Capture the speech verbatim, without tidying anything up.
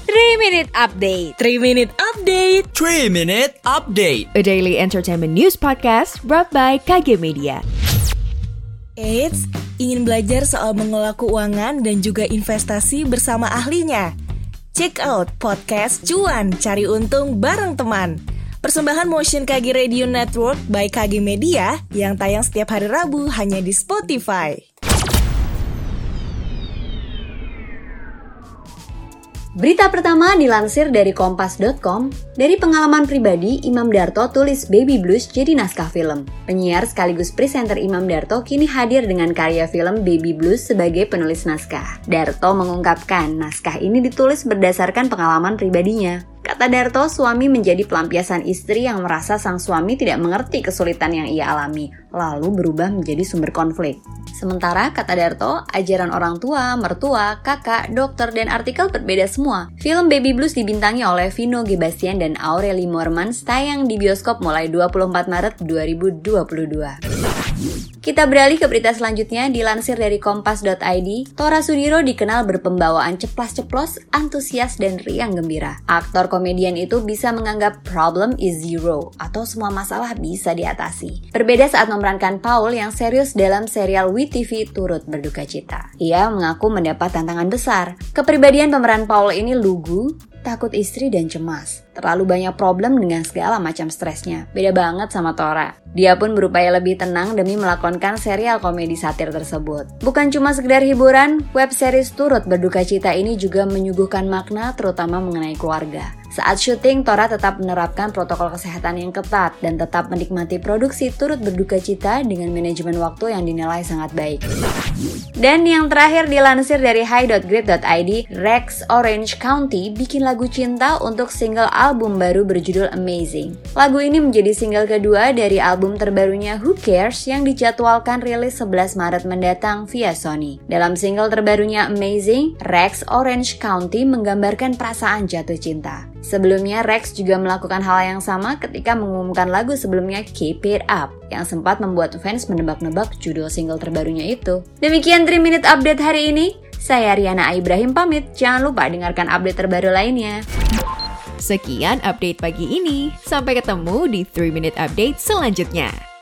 three minute Update. three minute Update. three minute Update. A daily entertainment news podcast brought by K G Media. Eits, ingin belajar soal mengelola keuangan dan juga investasi bersama ahlinya? Check out podcast Cuan Cari Untung Bareng Teman. Persembahan Motion K G Radio Network by K G Media yang tayang setiap hari Rabu hanya di Spotify. Berita pertama dilansir dari kompas dot com. Dari pengalaman pribadi, Imam Darto tulis Baby Blues jadi naskah film. Penyiar sekaligus presenter Imam Darto kini hadir dengan karya film Baby Blues sebagai penulis naskah. Darto mengungkapkan naskah ini ditulis berdasarkan pengalaman pribadinya. Kata Darto, suami menjadi pelampiasan istri yang merasa sang suami tidak mengerti kesulitan yang ia alami, lalu berubah menjadi sumber konflik. Sementara, kata Darto, ajaran orang tua, mertua, kakak, dokter, dan artikel berbeda semua. Film Baby Blues dibintangi oleh Vino G. Bastian dan Aurelie Moermans, tayang di bioskop mulai dua puluh empat Maret dua ribu dua puluh dua. Kita beralih ke berita selanjutnya, dilansir dari kompas dot i d. Tora Sudiro dikenal berpembawaan ceplas-ceplos, antusias, dan riang gembira. Aktor komedian itu bisa menganggap problem is zero, atau semua masalah bisa diatasi. Berbeda saat memerankan Paul yang serius dalam serial W T V turut berduka cita. Ia mengaku mendapat tantangan besar. Kepribadian pemeran Paul ini lugu, takut istri dan cemas. Terlalu banyak problem dengan segala macam stresnya. Beda banget sama Tora. Dia pun berupaya lebih tenang demi melakonkan serial komedi satir tersebut. Bukan cuma sekedar hiburan, web series turut berduka cita ini juga menyuguhkan makna terutama mengenai keluarga. Saat syuting, Tora tetap menerapkan protokol kesehatan yang ketat dan tetap menikmati produksi turut berduka cita dengan manajemen waktu yang dinilai sangat baik. Dan yang terakhir dilansir dari high dot grid dot i d, Rex Orange County bikin lagu cinta untuk single album baru berjudul Amazing. Lagu ini menjadi single kedua dari album terbarunya Who Cares yang dijadwalkan rilis sebelas Maret mendatang via Sony. Dalam single terbarunya Amazing, Rex Orange County menggambarkan perasaan jatuh cinta. Sebelumnya, Rex juga melakukan hal yang sama ketika mengumumkan lagu sebelumnya Keep It Up, yang sempat membuat fans menebak-nebak judul single terbarunya itu. Demikian three minute Update hari ini. Saya Riana Ibrahim pamit, jangan lupa dengarkan update terbaru lainnya. Sekian update pagi ini. Sampai ketemu di three minute Update selanjutnya.